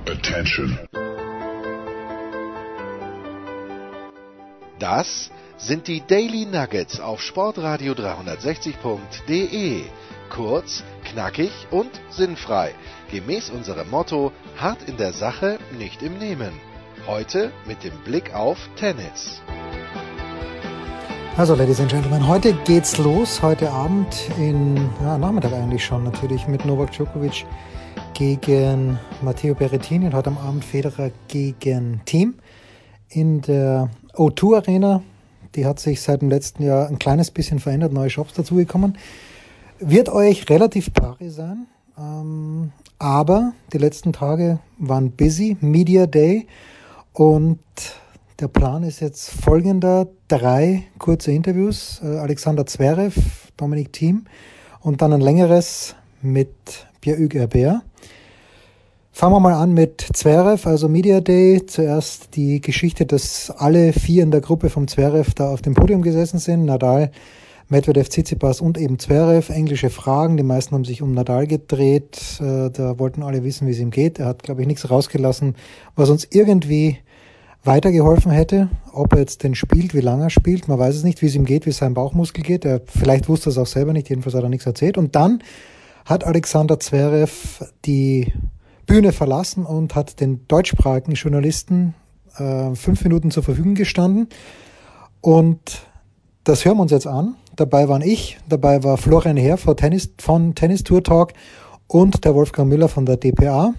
Attention. Das sind die Daily Nuggets auf Sportradio 360.de. Kurz, knackig und sinnfrei. Gemäß unserem Motto: hart in der Sache, nicht im Nehmen. Heute mit dem Blick auf Tennis. Also, Ladies and Gentlemen, heute geht's los. Heute Abend, Nachmittag eigentlich schon natürlich, mit Novak Djokovic gegen Matteo Berrettini und heute am Abend Federer gegen Thiem in der O2 Arena. Die hat sich seit dem letzten Jahr ein kleines bisschen verändert, neue Shops dazugekommen. Wird euch relativ pari sein, aber die letzten Tage waren busy, Media Day, und der Plan ist jetzt folgender: 3 kurze Interviews, Alexander Zverev, Dominic Thiem und dann ein längeres mit Pierre-Hugues Herbert. Fangen wir mal an mit Zverev, also Media Day. Zuerst die Geschichte, dass alle 4 in der Gruppe vom Zverev da auf dem Podium gesessen sind. Nadal, Medvedev, Tsitsipas und eben Zverev. Englische Fragen, die meisten haben sich um Nadal gedreht. Da wollten alle wissen, wie es ihm geht. Er hat, glaube ich, nichts rausgelassen, was uns irgendwie weitergeholfen hätte. Ob er jetzt denn spielt, wie lange er spielt, man weiß es nicht, wie es ihm geht, wie es seinem Bauchmuskel geht. Vielleicht wusste er es auch selber nicht, jedenfalls hat er nichts erzählt. Und dann hat Alexander Zverev die Bühne verlassen und hat den deutschsprachigen Journalisten 5 Minuten zur Verfügung gestanden. Und das hören wir uns jetzt an. Dabei waren ich, dabei war Florian Herr von Tennis Tour Talk und der Wolfgang Müller von der dpa.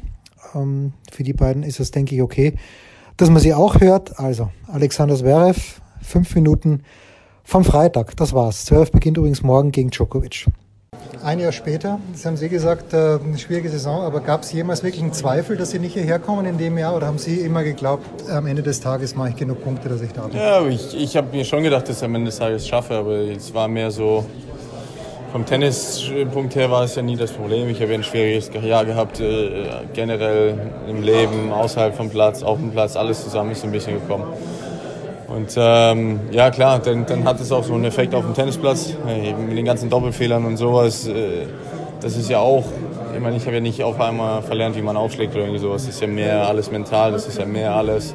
Für die beiden ist es, denke ich, okay, dass man sie auch hört. Also, Alexander Zverev, 5 Minuten vom Freitag, das war's. Zverev beginnt übrigens morgen gegen Djokovic. Ein Jahr später, das haben Sie gesagt, eine schwierige Saison, aber gab es jemals wirklich einen Zweifel, dass Sie nicht hierher kommen in dem Jahr, oder haben Sie immer geglaubt, am Ende des Tages mache ich genug Punkte, dass ich da bin? Ja, ich habe mir schon gedacht, dass ich am Ende des Tages schaffe, aber es war mehr so, vom Tennispunkt her war es ja nie das Problem. Ich habe ja ein schwieriges Jahr gehabt, generell im Leben, außerhalb vom Platz, auf dem Platz, alles zusammen ist ein bisschen gekommen. Und ja klar, dann hat es auch so einen Effekt auf dem Tennisplatz, eben mit den ganzen Doppelfehlern und sowas. Das ist ja auch, ich meine, ich habe ja nicht auf einmal verlernt, wie man aufschlägt oder irgendwie sowas. Das ist ja mehr alles mental, das ist ja mehr alles,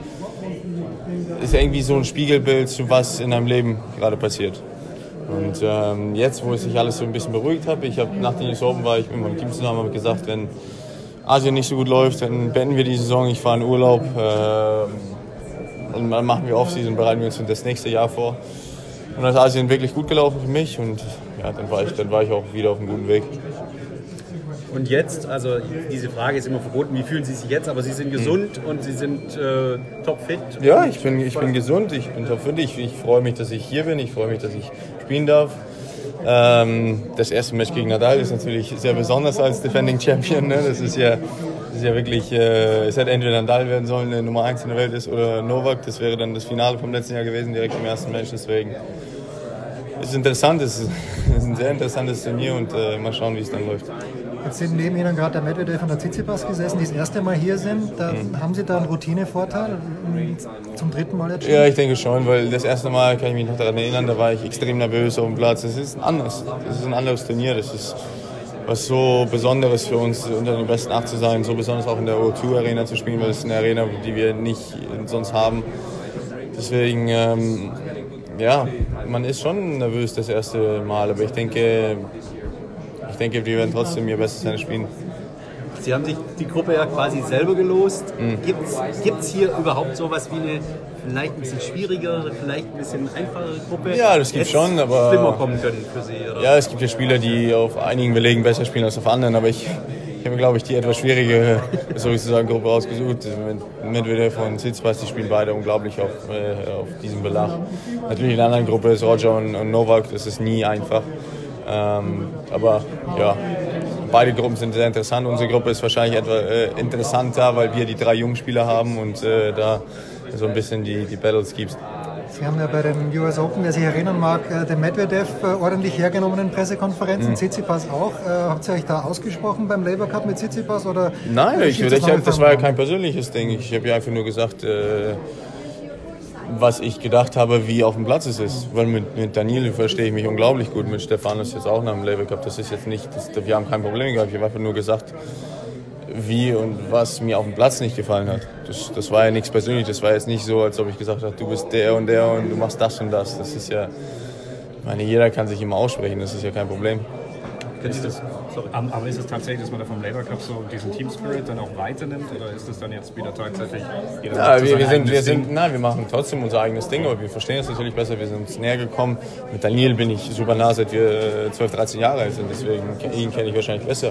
ist ja irgendwie so ein Spiegelbild zu was in deinem Leben gerade passiert. Und jetzt, wo sich alles so ein bisschen beruhigt habe, nach den US Open war ich mit meinem Team zusammen, habe gesagt, wenn Asien nicht so gut läuft, dann beenden wir die Saison, ich fahre in Urlaub. Und dann machen wir Offseason, bereiten wir uns für das nächste Jahr vor. Und dann ist Asien wirklich gut gelaufen für mich und ja, dann war ich auch wieder auf einem guten Weg. Und jetzt, also diese Frage ist immer verboten, wie fühlen Sie sich jetzt? Aber Sie sind gesund und Sie sind topfit. Ja, ich bin gesund, ich bin topfit. Ich freue mich, dass ich hier bin, ich freue mich, dass ich spielen darf. Das erste Match gegen Nadal ist natürlich sehr besonders als Defending Champion. Ne? Das ist ja wirklich, es hätte entweder Nadal werden sollen, der Nummer 1 in der Welt ist, oder Novak. Das wäre dann das Finale vom letzten Jahr gewesen, direkt im ersten Match. Deswegen ist es interessant, es ist ein sehr interessantes Turnier und mal schauen, wie es dann läuft. Jetzt sind neben Ihnen gerade der Medvedev und der Tsitsipas gesessen, die das erste Mal hier sind. Haben Sie da einen Routinevorteil zum 3. Mal jetzt schon? Ja, ich denke schon, weil das erste Mal, kann ich mich noch daran erinnern, da war ich extrem nervös auf dem Platz. Das ist ein anderes Turnier, das ist was so Besonderes für uns, unter den besten 8 zu sein, so besonders auch in der O2 Arena zu spielen, weil es eine Arena, die wir nicht sonst haben. Deswegen, ja, man ist schon nervös das erste Mal, aber ich denke, wir werden trotzdem ihr Bestes Tennis spielen. Sie haben sich die Gruppe ja quasi selber gelost. Gibt es hier überhaupt sowas wie eine vielleicht ein bisschen schwierigere, vielleicht ein bisschen einfachere Gruppe? Ja, das gibt schon, aber schlimmer kommen können für Sie, oder? Ja, es gibt ja Spieler, die auf einigen Belegen besser spielen als auf anderen, aber ich habe mir, glaube ich, die etwas schwierige sozusagen Gruppe ausgesucht. Mit Medvedev und Tsitsipas, die spielen beide unglaublich auf diesem Belag. Natürlich in der anderen Gruppe ist Roger und Novak, das ist nie einfach. Aber ja, beide Gruppen sind sehr interessant. Unsere Gruppe ist wahrscheinlich etwas interessanter, weil wir die 3 jungen Spieler haben und da so ein bisschen die Battles gibt. Sie haben ja bei den US Open, wer sich erinnern mag, den Medvedev ordentlich hergenommen in Pressekonferenzen, Tsitsipas auch. Habt ihr euch da ausgesprochen beim Labour Cup mit Tsitsipas? Oder Nein, das war ja kein persönliches Ding. Ich habe ja einfach nur gesagt, was ich gedacht habe, wie auf dem Platz es ist. Weil mit Daniel verstehe ich mich unglaublich gut, mit Stefanos jetzt auch nach dem Labour Cup. Das ist jetzt nicht, wir haben kein Problem gehabt. Ich habe einfach nur gesagt, wie und was mir auf dem Platz nicht gefallen hat. Das war ja nichts Persönliches. Das war jetzt nicht so, als ob ich gesagt habe, du bist der und du machst das und das. Das ist ja, ich meine, jeder kann sich immer aussprechen, das ist ja kein Problem. Aber ist es tatsächlich, dass man da vom Labour Cup so diesen Team Spirit dann auch weiternimmt, oder ist das dann jetzt wieder tatsächlich ja, wir machen trotzdem unser eigenes Ding, aber wir verstehen es natürlich besser, wir sind uns näher gekommen. Mit Daniel bin ich super nah, seit wir 12, 13 Jahre alt sind, deswegen ihn kenne ich wahrscheinlich besser.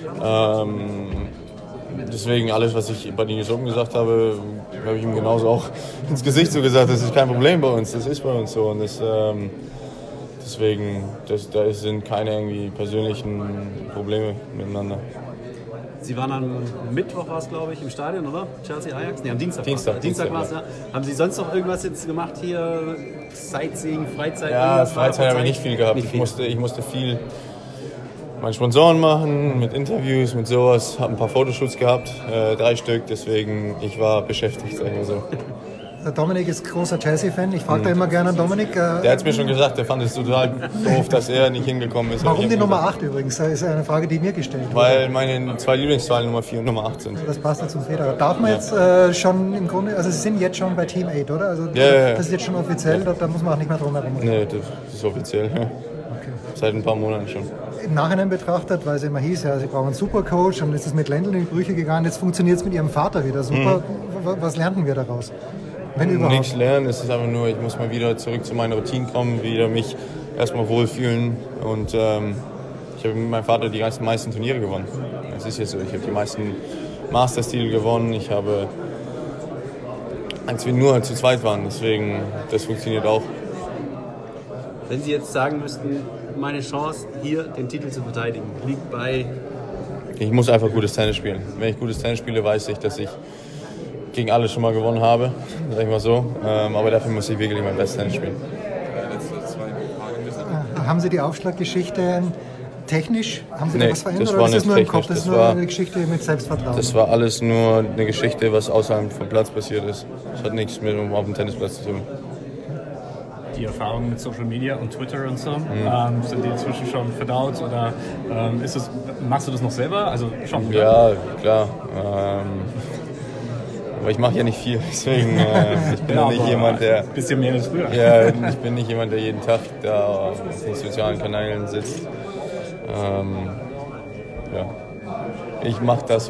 Deswegen alles, was ich bei den News Open gesagt habe ich ihm genauso auch ins Gesicht so gesagt, das ist kein Problem bei uns, das ist bei uns so. Und deswegen, da sind keine irgendwie persönlichen Probleme miteinander. Sie waren am Mittwoch, war es glaube ich, im Stadion, oder? Chelsea-Ajax? Ne, am Dienstag war es, ja. Haben Sie sonst noch irgendwas jetzt gemacht hier? Sightseeing, Freizeit? Ja, Freizeit habe ich nicht viel gehabt. Ich musste viel meine Sponsoren machen, mit Interviews, mit sowas. Habe ein paar Fotoshoots gehabt, 3 Stück, deswegen ich war beschäftigt, sagen wir so. Der Dominik ist großer Chelsea-Fan. Ich frage da immer gerne an Dominik. Der hat es mir schon gesagt, der fand es total doof, dass er nicht hingekommen ist. Warum die Nummer 8 übrigens? Das ist eine Frage, die mir gestellt wurde. Weil meine 2 Lieblingszahlen Nummer 4 und Nummer 8 sind. Das passt ja zum Federer. Darf man jetzt schon im Grunde, also Sie sind jetzt schon bei Team 8, oder? Also das ist jetzt schon offiziell, da muss man auch nicht mehr drum herum reden. Nee, das ist offiziell. Okay. Seit ein paar Monaten schon. Im Nachhinein betrachtet, weil es immer hieß, ja, Sie brauchen einen Supercoach und jetzt ist es mit Lendl in die Brüche gegangen, jetzt funktioniert es mit Ihrem Vater wieder super. Was lernten wir daraus? Wenn überhaupt. Nichts lernen, es ist einfach nur, ich muss mal wieder zurück zu meiner Routine kommen, wieder mich erstmal wohlfühlen und ich habe mit meinem Vater die meisten Turniere gewonnen. Es ist jetzt so, ich habe die meisten Masters-Titel gewonnen, ich habe, als wir nur zu zweit waren, deswegen, das funktioniert auch. Wenn Sie jetzt sagen müssten, meine Chance hier den Titel zu verteidigen liegt bei... Ich muss einfach gutes Tennis spielen. Wenn ich gutes Tennis spiele, weiß ich, dass ich gegen alle schon mal gewonnen habe, sag ich mal so. Aber dafür muss ich wirklich mein bestes Tennis spielen. Haben Sie die Aufschlaggeschichte technisch? Haben Sie da was verändert? Das war oder ist das nur im Kopf? Das ist nur eine Geschichte mit Selbstvertrauen? Das war alles nur eine Geschichte, was außerhalb vom Platz passiert ist. Das hat nichts mit auf dem Tennisplatz zu tun. Die Erfahrungen mit Social Media und Twitter und so, sind die inzwischen schon verdaut oder machst du das noch selber? Also schon, ja, klar. Aber ich mache ja nicht viel, deswegen ich bin ja nicht jemand, der... Ein bisschen mehr als früher. Ja, ich bin nicht jemand, der jeden Tag da auf den sozialen Kanälen sitzt. Ja. Ich mache das,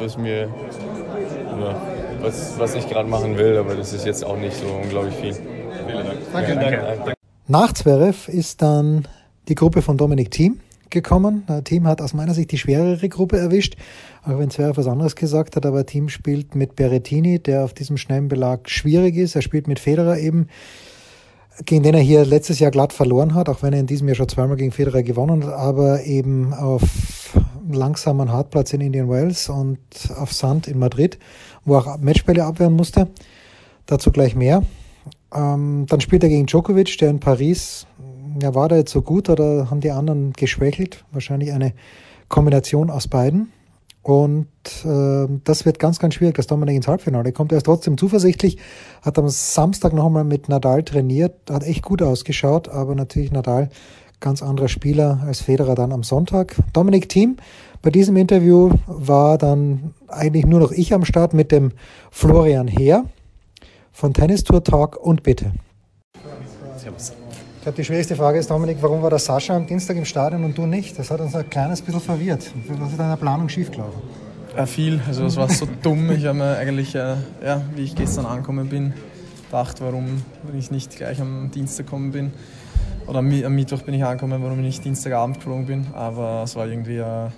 was ich gerade machen will, aber das ist jetzt auch nicht so unglaublich viel. Vielen Dank. Danke. Nach Zverev ist dann die Gruppe von Dominic Thiem gekommen. Thiem hat aus meiner Sicht die schwerere Gruppe erwischt, auch wenn Zverev was anderes gesagt hat, aber Thiem spielt mit Berrettini, der auf diesem schnellen Belag schwierig ist. Er spielt mit Federer eben, gegen den er hier letztes Jahr glatt verloren hat, auch wenn er in diesem Jahr schon zweimal gegen Federer gewonnen hat, aber eben auf langsamen Hartplatz in Indian Wells und auf Sand in Madrid, wo er auch Matchbälle abwehren musste. Dazu gleich mehr. Dann spielt er gegen Djokovic, der in Paris, ja, war der jetzt so gut oder haben die anderen geschwächelt? Wahrscheinlich eine Kombination aus beiden. Und das wird ganz, ganz schwierig, dass Dominik ins Halbfinale kommt. Er ist trotzdem zuversichtlich, hat am Samstag noch einmal mit Nadal trainiert, hat echt gut ausgeschaut, aber natürlich Nadal ganz anderer Spieler als Federer dann am Sonntag. Dominic Thiem, bei diesem Interview war dann eigentlich nur noch ich am Start mit dem Florian Heer von Tennis Tour Talk und bitte. Servus. Ich glaube, die schwierigste Frage ist, Dominik, warum war der Sascha am Dienstag im Stadion und du nicht? Das hat uns ein kleines bisschen verwirrt. Was ist in deiner Planung schiefgelaufen? Viel. Also das war so dumm. Ich habe mir eigentlich, wie ich gestern angekommen bin, gedacht, warum ich nicht gleich am Dienstag gekommen bin. Oder am Mittwoch bin ich angekommen, warum ich nicht Dienstagabend geflogen bin. Aber es war irgendwie ein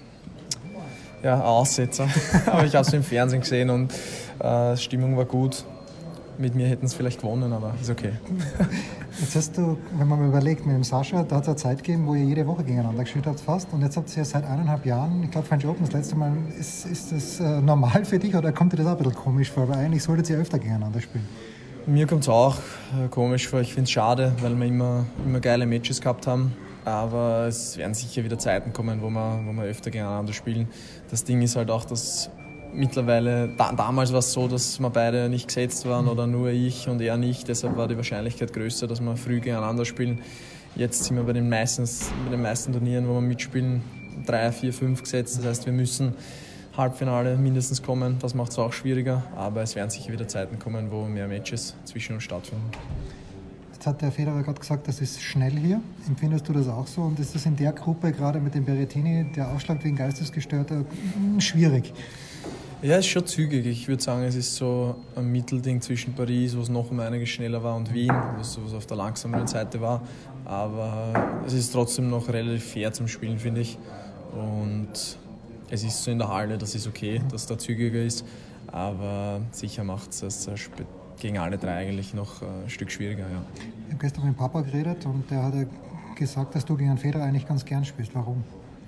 Aussetzer. Aber ich habe es im Fernsehen gesehen und die Stimmung war gut. Mit mir hätten es vielleicht gewonnen, aber ist okay. Jetzt hast du, wenn man mal überlegt, mit dem Sascha, da hat es eine Zeit gegeben, wo ihr jede Woche gegeneinander gespielt habt fast. Und jetzt habt ihr seit 1,5 Jahren, ich glaube French Open das letzte Mal, ist das normal für dich oder kommt dir das auch ein bisschen komisch vor? Weil eigentlich solltet ihr öfter gegeneinander spielen. Mir kommt es auch komisch vor. Ich finde es schade, weil wir immer geile Matches gehabt haben. Aber es werden sicher wieder Zeiten kommen, wo wir öfter gegeneinander spielen. Das Ding ist halt auch, dass mittlerweile, damals war es so, dass wir beide nicht gesetzt waren oder nur ich und er nicht. Deshalb war die Wahrscheinlichkeit größer, dass wir früh gegeneinander spielen. Jetzt sind wir bei den meisten Turnieren, wo wir mitspielen, 3, 4, 5 gesetzt. Das heißt, wir müssen Halbfinale mindestens kommen. Das macht es auch schwieriger, aber es werden sicher wieder Zeiten kommen, wo mehr Matches zwischen uns stattfinden. Jetzt hat der Federer gerade gesagt, das ist schnell hier. Empfindest du das auch so? Und ist das in der Gruppe, gerade mit dem Berrettini, der Ausschlag wegen Geistesgestörter, schwierig? Ja, es ist schon zügig. Ich würde sagen, es ist so ein Mittelding zwischen Paris, wo es noch um einiges schneller war, und Wien, wo es auf der langsameren Seite war. Aber es ist trotzdem noch relativ fair zum Spielen, finde ich. Und es ist so in der Halle, das ist okay, dass da zügiger ist. Aber sicher macht es gegen alle drei eigentlich noch ein Stück schwieriger. Ja. Ich habe gestern mit dem Papa geredet und der hat gesagt, dass du gegen einen Federer eigentlich ganz gern spielst. Warum?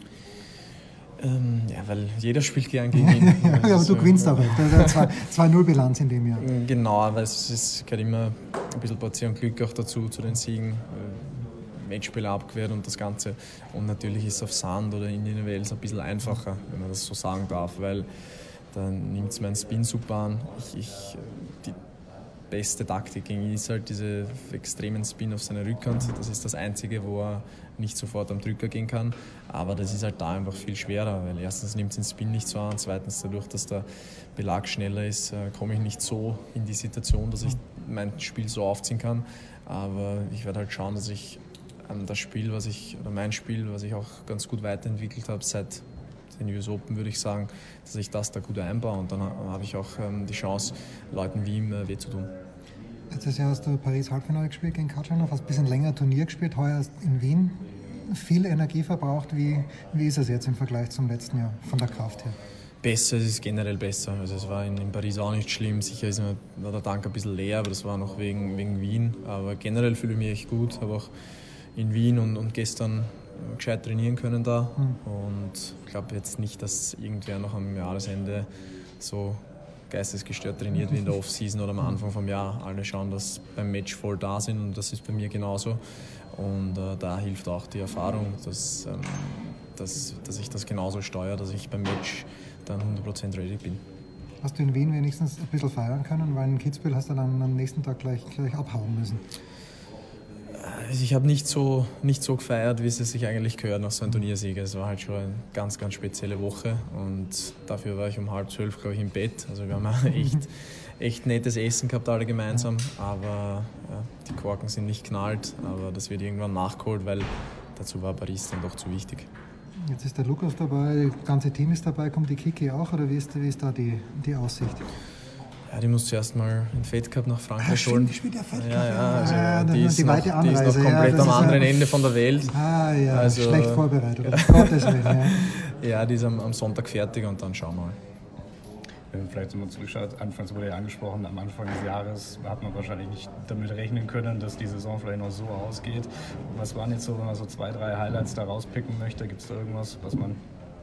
Ja, weil jeder spielt gern gegen ihn. Ja, aber du gewinnst auch. Das ist eine 2-0-Bilanz in dem Jahr. Genau, aber es gehört immer ein bisschen Portion Glück auch dazu, zu den Siegen. Matchspieler abgewehrt und das Ganze. Und natürlich ist es auf Sand oder Indian Wells ein bisschen einfacher, wenn man das so sagen darf, weil dann nimmt es meinen Spin super an. Die beste Taktik gegen ihn ist halt diese extremen Spin auf seine Rückhand. Das ist das Einzige, wo er nicht sofort am Drücker gehen kann. Aber das ist halt da einfach viel schwerer, weil erstens nimmt es den Spin nicht so an, zweitens dadurch, dass der Belag schneller ist, komme ich nicht so in die Situation, dass ich mein Spiel so aufziehen kann. Aber ich werde halt schauen, dass ich mein Spiel, was ich auch ganz gut weiterentwickelt habe seit den US Open, würde ich sagen, dass ich das da gut einbaue, und dann habe ich auch die Chance, Leuten wie ihm weh zu tun. Letztes Jahr hast du Paris Halbfinale gespielt gegen Khachanov, hast ein bisschen länger Turnier gespielt, heuer in Wien. Viel Energie verbraucht. Wie ist es jetzt im Vergleich zum letzten Jahr von der Kraft her? Besser, es ist generell besser. Also es war in Paris auch nicht schlimm. Sicher ist mir der Tank ein bisschen leer, aber das war noch wegen Wien. Aber generell fühle ich mich echt gut. Habe auch in Wien und gestern gescheit trainieren können da. Und ich glaube jetzt nicht, dass irgendwer noch am Jahresende so geistesgestört trainiert wie in der Off-Season oder am Anfang vom Jahr. Alle schauen, dass beim Match voll da sind, und das ist bei mir genauso. Und da hilft auch die Erfahrung, dass ich das genauso steuere, dass ich beim Match dann 100% ready bin. Hast du in Wien wenigstens ein bisschen feiern können, weil in Kitzbühel hast du dann am nächsten Tag gleich abhauen müssen? Also ich habe nicht so gefeiert, wie es sich eigentlich gehört nach so einem Turniersieg. Es war halt schon eine ganz, ganz spezielle Woche, und dafür war ich um 11:30, glaube ich, im Bett. Also wir haben echt nettes Essen gehabt, alle gemeinsam, aber ja, die Korken sind nicht knallt, aber das wird irgendwann nachgeholt, weil dazu war Paris dann doch zu wichtig. Jetzt ist der Lukas dabei, das ganze Team ist dabei, kommt die Kiki auch, oder wie ist da die Aussicht? Ja, die muss zuerst mal in Fed Cup nach Frankreich holen. Die spielt ja Fed Cup. Also die ist noch komplett am anderen Ende von der Welt. Also, schlecht vorbereitet, um Gottes Willen. Ja, die ist am Sonntag fertig, und dann schauen wir mal. Vielleicht nochmal zugeschaut, anfangs wurde ja angesprochen, am Anfang des Jahres hat man wahrscheinlich nicht damit rechnen können, dass die Saison vielleicht noch so ausgeht. Was waren jetzt so, wenn man so 2-3 Highlights da rauspicken möchte? Gibt es da irgendwas, was man...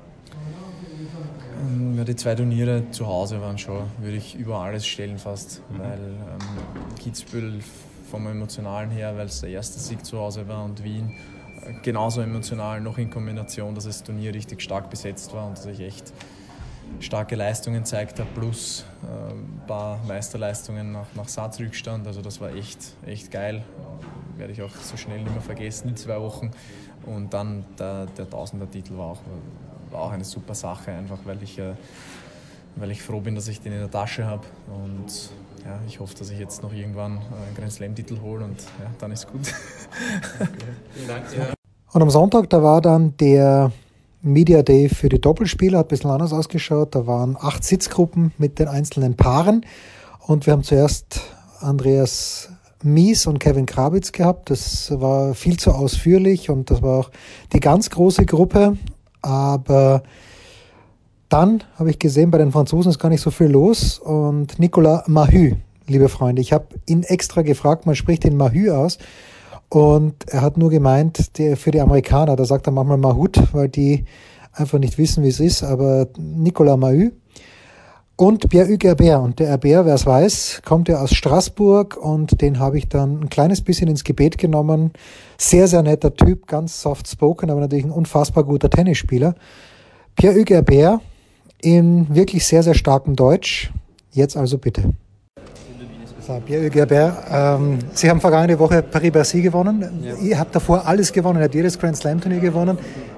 Ja, die 2 Turniere zu Hause waren schon, würde ich über alles stellen fast, weil Kitzbühel vom Emotionalen her, weil es der erste Sieg zu Hause war, und Wien genauso emotional, noch in Kombination, dass das Turnier richtig stark besetzt war und dass ich echt starke Leistungen gezeigt habe, plus ein paar Meisterleistungen nach Satzrückstand. Also das war echt geil. Werde ich auch so schnell nicht mehr vergessen, die 2 Wochen. Und dann der Tausender-Titel war auch eine super Sache, einfach weil ich froh bin, dass ich den in der Tasche habe. Und ja, ich hoffe, dass ich jetzt noch irgendwann einen Grand Slam-Titel hole, und ja, dann ist gut. Okay. Vielen Dank. Ja. Und am Sonntag, da war dann der Media Day für die Doppelspieler, hat ein bisschen anders ausgeschaut. Da waren 8 Sitzgruppen mit den einzelnen Paaren, und wir haben zuerst Andreas Mies und Kevin Krabitz gehabt. Das war viel zu ausführlich, und das war auch die ganz große Gruppe. Aber dann habe ich gesehen, bei den Franzosen ist gar nicht so viel los, und Nicolas Mahut, liebe Freunde, ich habe ihn extra gefragt, man spricht den Mahut aus, und er hat nur gemeint, für die Amerikaner, da sagt er manchmal Mahut, weil die einfach nicht wissen, wie es ist, aber Nicolas Mahut und Pierre-Hugues Herbert. Und der Herbert, wer es weiß, kommt ja aus Straßburg, und den habe ich dann ein kleines bisschen ins Gebet genommen. Sehr, sehr netter Typ, ganz soft-spoken, aber natürlich ein unfassbar guter Tennisspieler. Pierre-Hugues Herbert in wirklich sehr, sehr starkem Deutsch. Jetzt also bitte. Pierre-Hugues Herbert, Sie haben vergangene Woche Paris-Bercy gewonnen. Ja. Ihr habt davor alles gewonnen, ihr habt jedes Grand Slam-Turnier gewonnen.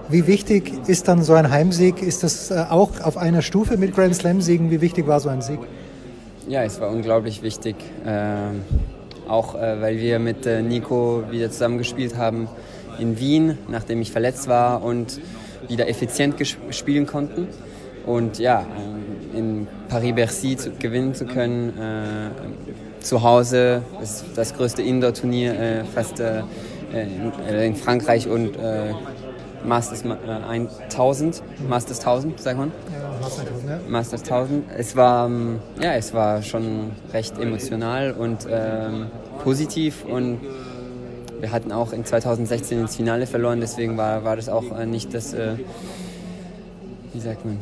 Wie wichtig ist dann so ein Heimsieg? Ist das auch auf einer Stufe mit Grand Slam-Siegen? Wie wichtig war so ein Sieg? Ja, es war unglaublich wichtig. Auch weil wir mit Nico wieder zusammengespielt haben in Wien, nachdem ich verletzt war und wieder effizient spielen konnten. Und ja, in Paris-Bercy gewinnen zu können, zu Hause, ist das größte Indoor-Turnier fast in Frankreich und Masters 1000, Masters 1000, sagt man? Ja, Masters 1000, ja. Masters 1000. Es war schon recht emotional und positiv und wir hatten auch in 2016 ins Finale verloren, deswegen war das auch nicht das, wie sagt man?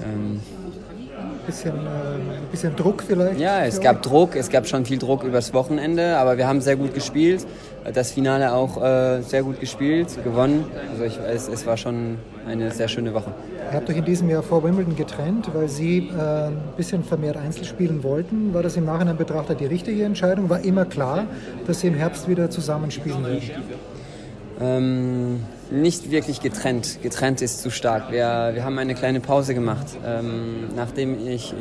Bisschen Druck vielleicht? Ja, es gab Druck, es gab schon viel Druck übers Wochenende, aber wir haben sehr gut gespielt. Das Finale auch sehr gut gespielt, gewonnen. Also es war schon eine sehr schöne Woche. Ihr habt euch in diesem Jahr vor Wimbledon getrennt, weil Sie ein bisschen vermehrt Einzel spielen wollten. War das im Nachhinein betrachtet die richtige Entscheidung? War immer klar, dass Sie im Herbst wieder zusammenspielen werden? Nicht wirklich getrennt. Getrennt ist zu stark. Wir haben eine kleine Pause gemacht. Nachdem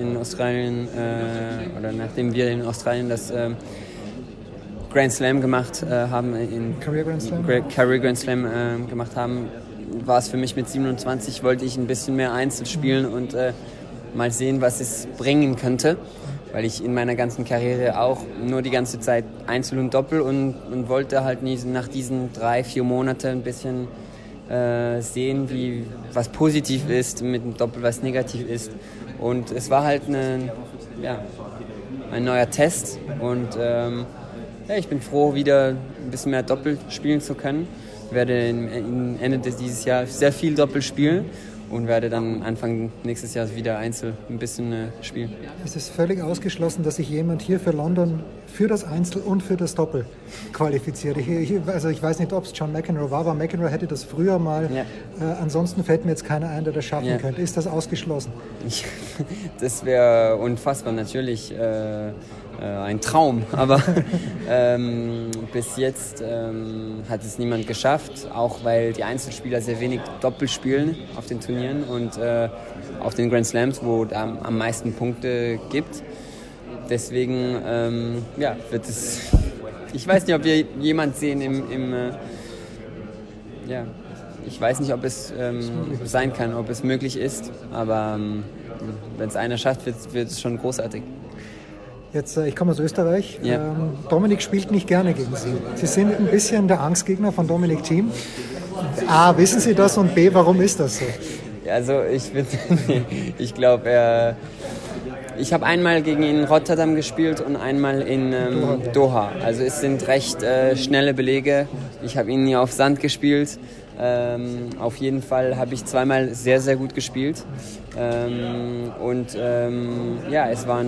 nachdem wir in Australien das Grand Slam gemacht haben, Career Grand Slam gemacht haben, war es für mich mit 27, wollte ich ein bisschen mehr Einzel spielen und mal sehen, was es bringen könnte. Weil ich in meiner ganzen Karriere auch nur die ganze Zeit Einzel und Doppel und wollte halt nach diesen 3-4 Monaten ein bisschen sehen, was positiv ist mit dem Doppel, was negativ ist. Und es war halt ein neuer Test und ich bin froh, wieder ein bisschen mehr Doppel spielen zu können. Ich werde Ende dieses Jahres sehr viel Doppel spielen und werde dann Anfang nächstes Jahr wieder Einzel ein bisschen spielen. Es ist völlig ausgeschlossen, dass sich jemand hier für London für das Einzel und für das Doppel qualifiziert. Ich weiß nicht, ob es John McEnroe war, aber McEnroe hätte das früher mal. Ja. Ansonsten fällt mir jetzt keiner ein, der das schaffen könnte. Ist das ausgeschlossen? Das wäre unfassbar, natürlich ein Traum, aber bis jetzt hat es niemand geschafft, auch weil die Einzelspieler sehr wenig Doppel spielen auf den Turnieren und auf den Grand Slams, wo es am meisten Punkte gibt. Deswegen wird es. Ich weiß nicht, ob wir jemanden sehen ich weiß nicht, ob es sein kann, ob es möglich ist, aber wenn es einer schafft, wird es schon großartig. Jetzt, ich komme aus Österreich. Ja. Dominik spielt nicht gerne gegen Sie. Sie sind ein bisschen der Angstgegner von Dominic Thiem. A, wissen Sie das und B, warum ist das so? Also ich glaube, ich habe einmal gegen ihn in Rotterdam gespielt und einmal in Doha. Also es sind recht schnelle Belege. Ich habe ihn nie auf Sand gespielt. Auf jeden Fall habe ich zweimal sehr, sehr gut gespielt. Es war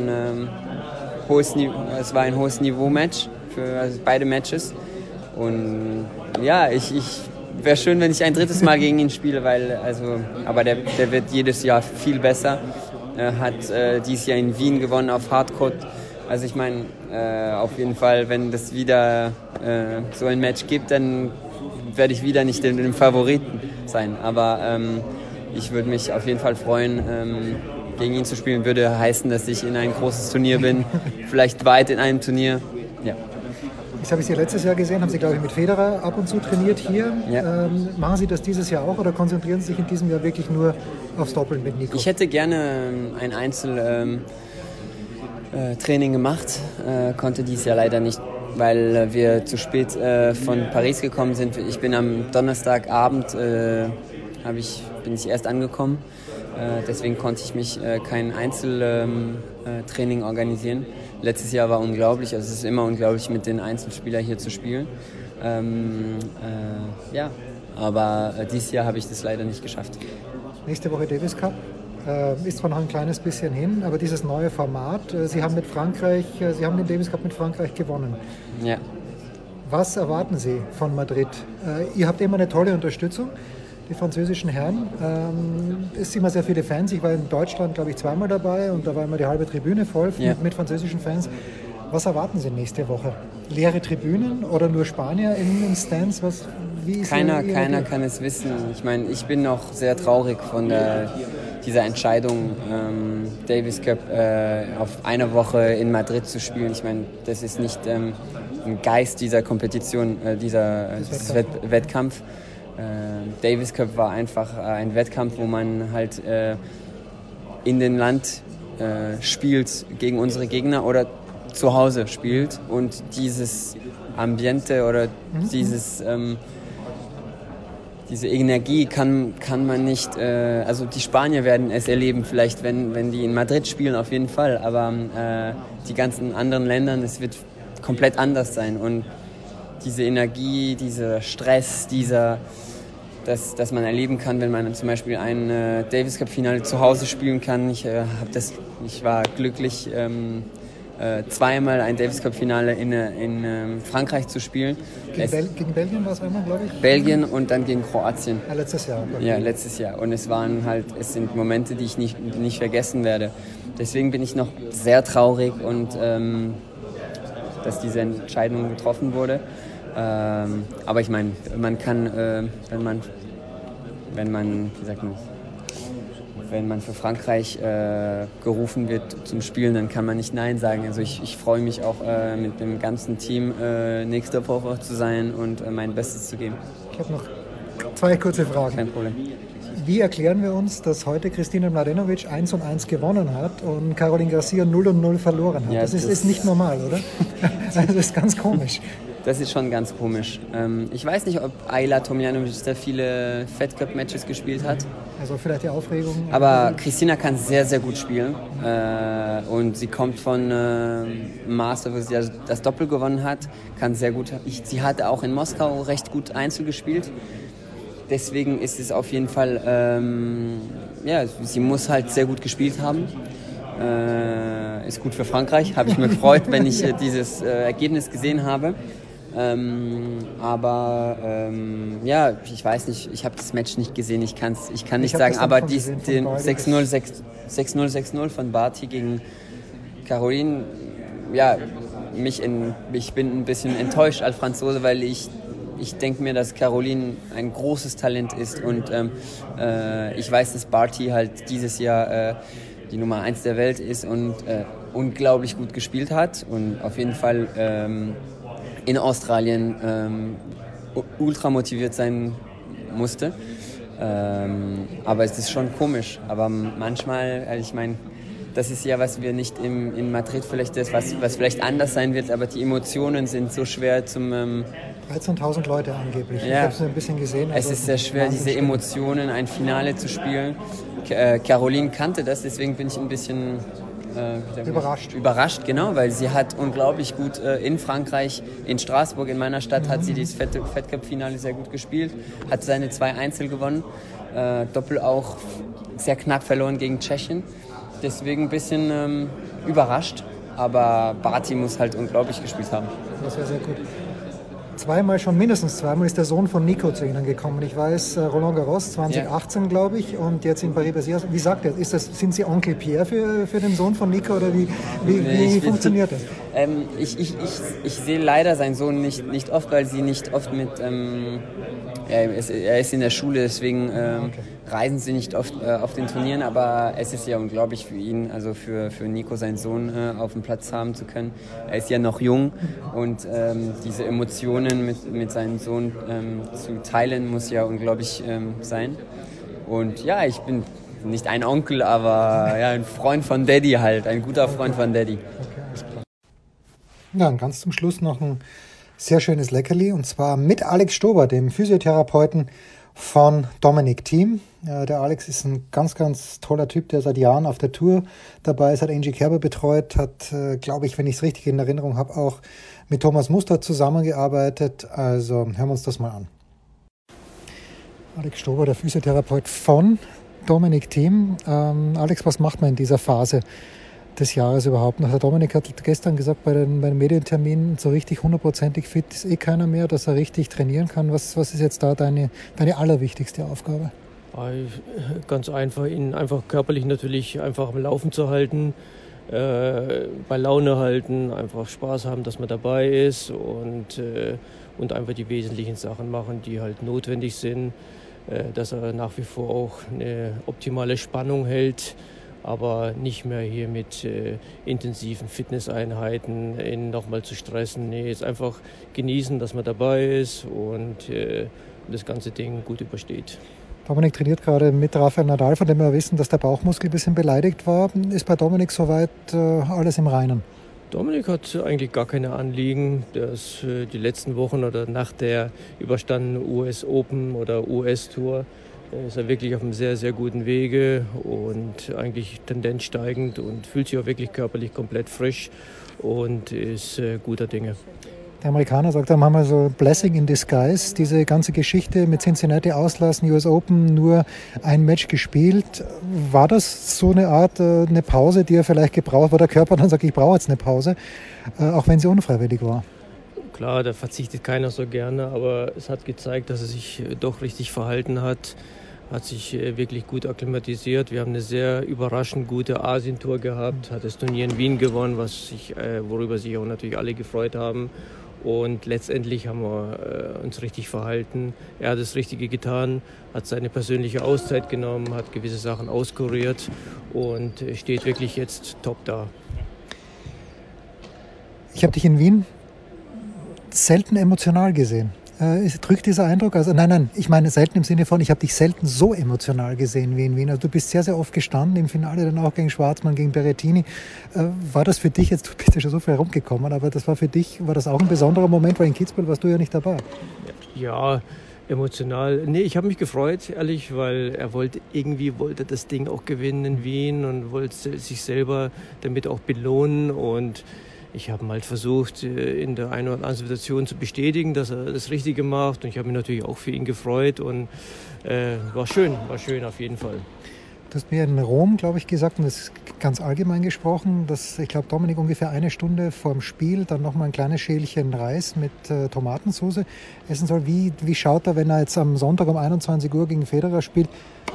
ein hohes Niveau-Match für beide Matches. Und ja, ich wäre schön, wenn ich ein drittes Mal gegen ihn spiele, aber der wird jedes Jahr viel besser. Er hat dieses Jahr in Wien gewonnen auf Hardcourt. Also ich meine, auf jeden Fall, wenn das wieder so ein Match gibt, dann werde ich wieder nicht den Favoriten sein. Aber ich würde mich auf jeden Fall freuen, gegen ihn zu spielen. Würde heißen, dass ich in ein großes Turnier bin, vielleicht weit in einem Turnier. Ja. Das habe ich Sie letztes Jahr gesehen, haben Sie, glaube ich, mit Federer ab und zu trainiert hier. Ja. Machen Sie das dieses Jahr auch oder konzentrieren Sie sich in diesem Jahr wirklich nur aufs Doppeln mit Nico? Ich hätte gerne ein Einzeltraining gemacht, konnte dieses Jahr leider nicht, weil wir zu spät von Paris gekommen sind. Ich bin am Donnerstagabend, bin ich erst angekommen. Deswegen konnte ich mich kein Einzeltraining organisieren. Letztes Jahr war unglaublich, also es ist immer unglaublich, mit den Einzelspielern hier zu spielen. Aber dieses Jahr habe ich das leider nicht geschafft. Nächste Woche Davis Cup. Ist zwar noch ein kleines bisschen hin, aber dieses neue Format, Sie haben den Davis Cup mit Frankreich gewonnen. Ja. Was erwarten Sie von Madrid? Ihr habt immer eine tolle Unterstützung. Die französischen Herren. Es sind immer sehr viele Fans. Ich war in Deutschland, glaube ich, zweimal dabei und da war immer die halbe Tribüne voll mit französischen Fans. Was erwarten Sie nächste Woche? leere Tribünen oder nur Spanier in den Stands? Wie ist Keiner kann es wissen. Ich meine, ich bin noch sehr traurig von dieser Entscheidung, Davis Cup auf eine Woche in Madrid zu spielen. Ich meine, das ist nicht im Geist dieser Kompetition, dieses Wettkampf. Davis Cup war einfach ein Wettkampf, wo man halt in dem Land spielt gegen unsere Gegner oder zu Hause spielt, und dieses Ambiente oder diese Energie kann man nicht, also die Spanier werden es erleben, vielleicht wenn die in Madrid spielen, auf jeden Fall, aber die ganzen anderen Länder, es wird komplett anders sein, und diese Energie, dieser Stress, dass man erleben kann, wenn man zum Beispiel ein Davis Cup Finale zu Hause spielen kann. Ich war glücklich, zweimal ein Davis Cup Finale in Frankreich zu spielen. Gegen Belgien war es einmal, glaube ich? Belgien und dann gegen Kroatien. Ja, letztes Jahr. Okay. Ja, letztes Jahr. Und es sind Momente, die ich nicht vergessen werde. Deswegen bin ich noch sehr traurig, und dass diese Entscheidung getroffen wurde. Aber ich meine, man kann, wenn man für Frankreich gerufen wird zum Spielen, dann kann man nicht Nein sagen. Also ich freue mich auch mit dem ganzen Team nächste Woche zu sein und mein Bestes zu geben. Ich habe noch 2 kurze Fragen. Kein Problem. Wie erklären wir uns, dass heute Kristina Mladenovic 1:1 gewonnen hat und Caroline Garcia 0:0 verloren hat? Ja, das ist nicht normal, oder? Das ist ganz komisch. Das ist schon ganz komisch. Ich weiß nicht, ob Ajla Tomljanovic da viele Fed Cup Matches gespielt hat. Also vielleicht die Aufregung. Aber Kristina kann sehr, sehr gut spielen. Und sie kommt von Master, wo sie das Doppel gewonnen hat. Kann sehr gut. Sie hat auch in Moskau recht gut Einzel gespielt. Deswegen ist es auf jeden Fall, sie muss halt sehr gut gespielt haben. Ist gut für Frankreich. Habe ich mir gefreut, wenn ich dieses Ergebnis gesehen habe. Ich weiß nicht, ich habe das Match nicht gesehen, ich kann nicht sagen, aber den 6-0 von Barty gegen Caroline, ja, ich bin ein bisschen enttäuscht als Franzose, weil ich denke mir, dass Caroline ein großes Talent ist, und ich weiß, dass Barty halt dieses Jahr die Nummer 1 der Welt ist und unglaublich gut gespielt hat und auf jeden Fall in Australien ultra motiviert sein musste. Aber es ist schon komisch. Aber manchmal, ich meine, das ist ja, was wir nicht in Madrid vielleicht was vielleicht anders sein wird, aber die Emotionen sind so schwer zum... 13.000 Leute angeblich. Ja, ich habe es ein bisschen gesehen. Also es ist sehr schwer, diese Emotionen, ein Finale zu spielen. Caroline kannte das, deswegen bin ich ein bisschen... Überrascht, genau, weil sie hat unglaublich gut in Frankreich, in Straßburg, in meiner Stadt, hat sie dieses Fed Cup Finale sehr gut gespielt, hat seine 2 Einzel gewonnen, Doppel auch sehr knapp verloren gegen Tschechien, deswegen ein bisschen überrascht, aber Barty muss halt unglaublich gespielt haben. Das wäre sehr gut. Mindestens zweimal ist der Sohn von Nico zu Ihnen gekommen. Ich weiß, Roland Garros 2018, glaube ich, und jetzt in Paris-Bercy. Wie sagt er? Sind Sie Onkel Pierre für den Sohn von Nico, oder wie funktioniert das? Ich sehe leider seinen Sohn nicht oft, weil sie nicht oft mit... er ist in der Schule, deswegen reisen sie nicht oft auf den Turnieren, aber es ist ja unglaublich für ihn, also für Nico, seinen Sohn auf dem Platz haben zu können. Er ist ja noch jung, und diese Emotionen mit seinem Sohn zu teilen, muss ja unglaublich sein. Und ja, ich bin nicht ein Onkel, aber ja, ein Freund von Daddy halt, ein guter Freund von Daddy. Okay, alles klar. Ja, und ganz zum Schluss noch ein sehr schönes Leckerli, und zwar mit Alex Stober, dem Physiotherapeuten von Dominic Thiem. Der Alex ist ein ganz, ganz toller Typ, der seit Jahren auf der Tour dabei ist, hat Angie Kerber betreut, hat, glaube ich, wenn ich es richtig in Erinnerung habe, auch mit Thomas Muster zusammengearbeitet. Also hören wir uns das mal an. Alex Stober, der Physiotherapeut von Dominic Thiem. Alex, was macht man in dieser Phase des Jahres überhaupt noch? Der Dominik hat gestern gesagt bei den Medienterminen, so richtig 100%ig fit ist keiner mehr, dass er richtig trainieren kann. Was ist jetzt da deine allerwichtigste Aufgabe? Ganz einfach, ihn einfach körperlich natürlich einfach am Laufen zu halten, bei Laune halten, einfach Spaß haben, dass man dabei ist und einfach die wesentlichen Sachen machen, die halt notwendig sind, dass er nach wie vor auch eine optimale Spannung hält, aber nicht mehr hier mit intensiven Fitnesseinheiten ihn nochmal zu stressen. Nee, jetzt einfach genießen, dass man dabei ist und das ganze Ding gut übersteht. Dominik trainiert gerade mit Rafael Nadal, von dem wir wissen, dass der Bauchmuskel ein bisschen beleidigt war. Ist bei Dominik soweit alles im Reinen? Dominik hat eigentlich gar keine Anliegen. Der ist die letzten Wochen oder nach der überstandenen US Open oder US Tour ist er wirklich auf einem sehr, sehr guten Wege und eigentlich Tendenz steigend und fühlt sich auch wirklich körperlich komplett frisch und ist guter Dinge. Der Amerikaner sagt dann manchmal so Blessing in disguise, diese ganze Geschichte mit Cincinnati auslassen, US Open, nur ein Match gespielt. War das so eine Art, eine Pause, die er vielleicht gebraucht, wo der Körper dann sagt, ich brauche jetzt eine Pause, auch wenn sie unfreiwillig war? Klar, da verzichtet keiner so gerne, aber es hat gezeigt, dass er sich doch richtig verhalten hat sich wirklich gut akklimatisiert. Wir haben eine sehr überraschend gute Asien-Tour gehabt, hat das Turnier in Wien gewonnen, worüber sich auch natürlich alle gefreut haben. Und letztendlich haben wir uns richtig verhalten. Er hat das Richtige getan, hat seine persönliche Auszeit genommen, hat gewisse Sachen auskuriert und steht wirklich jetzt top da. Ich habe dich in Wien selten emotional gesehen. Drückt dieser Eindruck? Also nein, ich meine selten im Sinne von, ich habe dich selten so emotional gesehen wie in Wien. Also du bist sehr, sehr oft gestanden, im Finale dann auch gegen Schwarzmann, gegen Berrettini. War das für dich, jetzt du bist ja schon so viel herumgekommen, aber das war für dich, war das auch ein besonderer Moment, weil in Kitzbühel warst du ja nicht dabei? Ja, emotional. Nee, ich habe mich gefreut, ehrlich, weil er wollte das Ding auch gewinnen in Wien und wollte sich selber damit auch belohnen und ich habe halt versucht, in der einen oder anderen Situation zu bestätigen, dass er das Richtige macht. Und ich habe mich natürlich auch für ihn gefreut und war schön auf jeden Fall. Du hast mir in Rom, glaube ich, gesagt, und das ist ganz allgemein gesprochen, dass, ich glaube, Dominik ungefähr eine Stunde vor dem Spiel dann nochmal ein kleines Schälchen Reis mit Tomatensauce essen soll. Wie schaut er, wenn er jetzt am Sonntag um 21 Uhr gegen Federer spielt,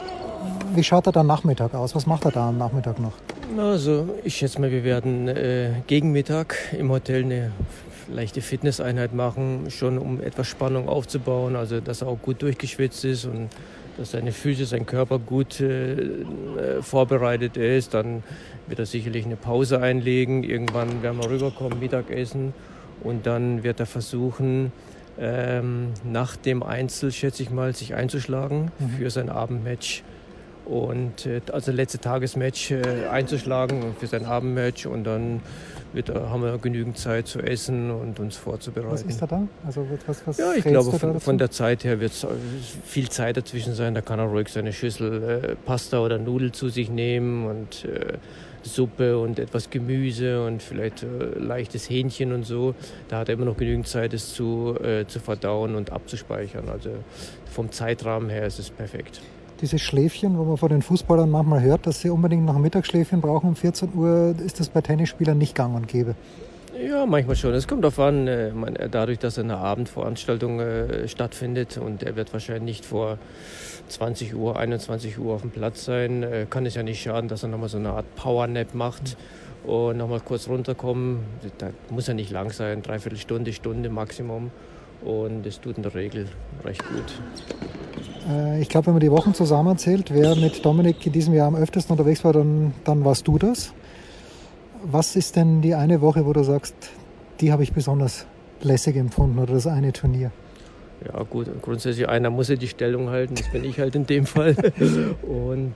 wie schaut er dann Nachmittag aus? Was macht er da am Nachmittag noch? Also ich schätze mal, wir werden gegen Mittag im Hotel eine leichte Fitnesseinheit machen, schon um etwas Spannung aufzubauen, also dass er auch gut durchgeschwitzt ist und dass seine Füße, sein Körper gut vorbereitet ist. Dann wird er sicherlich eine Pause einlegen, irgendwann werden wir rüberkommen, Mittagessen und dann wird er versuchen, nach dem Einzel, schätze ich mal, sich einzuschlagen für sein Abendmatch. Und also letzte Tagesmatch einzuschlagen für sein Abendmatch und dann haben wir genügend Zeit zu essen und uns vorzubereiten. Was ist da? Also was ja, ich glaube, von der Zeit her wird es viel Zeit dazwischen sein. Da kann er ruhig seine Schüssel Pasta oder Nudel zu sich nehmen und Suppe und etwas Gemüse und vielleicht leichtes Hähnchen und so. Da hat er immer noch genügend Zeit, es zu verdauen und abzuspeichern. Also vom Zeitrahmen her ist es perfekt. Dieses Schläfchen, wo man von den Fußballern manchmal hört, dass sie unbedingt noch ein Mittagsschläfchen brauchen um 14 Uhr, ist das bei Tennisspielern nicht gang und gäbe? Ja, manchmal schon. Es kommt darauf an, dadurch, dass eine Abendveranstaltung stattfindet und er wird wahrscheinlich nicht vor 20 Uhr, 21 Uhr auf dem Platz sein, kann es ja nicht schaden, dass er nochmal so eine Art Powernap macht und nochmal kurz runterkommen. Da muss ja nicht lang sein, dreiviertel Stunde Maximum und es tut in der Regel recht gut. Ich glaube, wenn man die Wochen zusammenzählt, wer mit Dominik in diesem Jahr am öftesten unterwegs war, dann warst du das. Was ist denn die eine Woche, wo du sagst, die habe ich besonders lässig empfunden oder das eine Turnier? Ja gut, grundsätzlich einer muss ja die Stellung halten, das bin ich halt in dem Fall. Und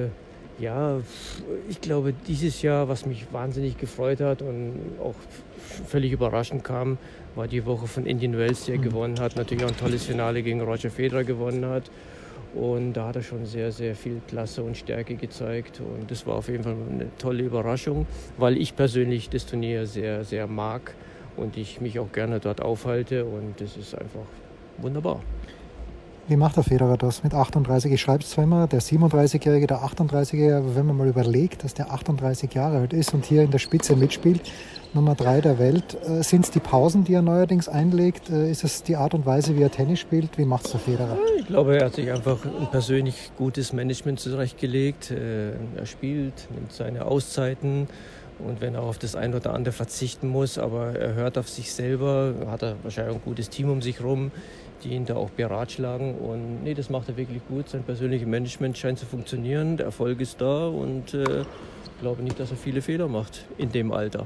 ja, ich glaube, dieses Jahr, was mich wahnsinnig gefreut hat und auch völlig überraschend kam, war die Woche von Indian Wells, die er gewonnen hat. Natürlich auch ein tolles Finale gegen Roger Federer gewonnen hat. Und da hat er schon sehr, sehr viel Klasse und Stärke gezeigt. Und das war auf jeden Fall eine tolle Überraschung, weil ich persönlich das Turnier sehr, sehr mag und ich mich auch gerne dort aufhalte. Und das ist einfach wunderbar. Wie macht der Federer das mit 38? Ich schreibe es zwar immer, der 37-Jährige, der 38-Jährige, aber wenn man mal überlegt, dass der 38 Jahre alt ist und hier in der Spitze mitspielt, Nummer 3 der Welt, sind es die Pausen, die er neuerdings einlegt? Ist es die Art und Weise, wie er Tennis spielt? Wie macht es der Federer? Ich glaube, er hat sich einfach ein persönlich gutes Management zurechtgelegt. Er spielt, nimmt seine Auszeiten Und wenn er auf das ein oder andere verzichten muss, aber er hört auf sich selber, hat er wahrscheinlich ein gutes Team um sich rum, die ihn da auch beratschlagen. Und nee, das macht er wirklich gut. Sein persönliches Management scheint zu funktionieren, der Erfolg ist da und ich glaube nicht, dass er viele Fehler macht in dem Alter.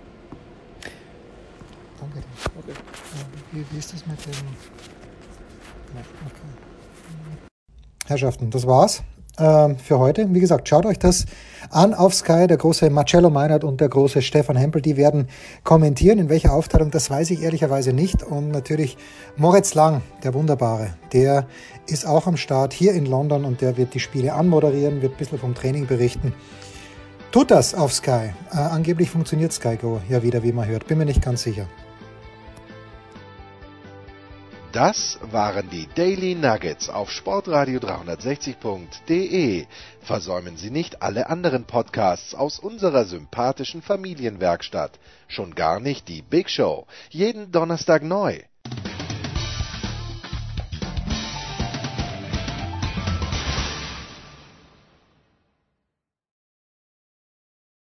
Danke dir. Okay. Wie ist das mit dem... Ja, okay. Herrschaften, das war's für heute. Wie gesagt, schaut euch das an auf Sky. Der große Marcello Meinert und der große Stefan Hempel, die werden kommentieren. In welcher Aufteilung, das weiß ich ehrlicherweise nicht. Und natürlich Moritz Lang, der Wunderbare, der ist auch am Start hier in London und der wird die Spiele anmoderieren, wird ein bisschen vom Training berichten. Tut das auf Sky. Angeblich funktioniert Sky Go ja wieder, wie man hört. Bin mir nicht ganz sicher. Das waren die Daily Nuggets auf sportradio360.de. Versäumen Sie nicht alle anderen Podcasts aus unserer sympathischen Familienwerkstatt. Schon gar nicht die Big Show. Jeden Donnerstag neu.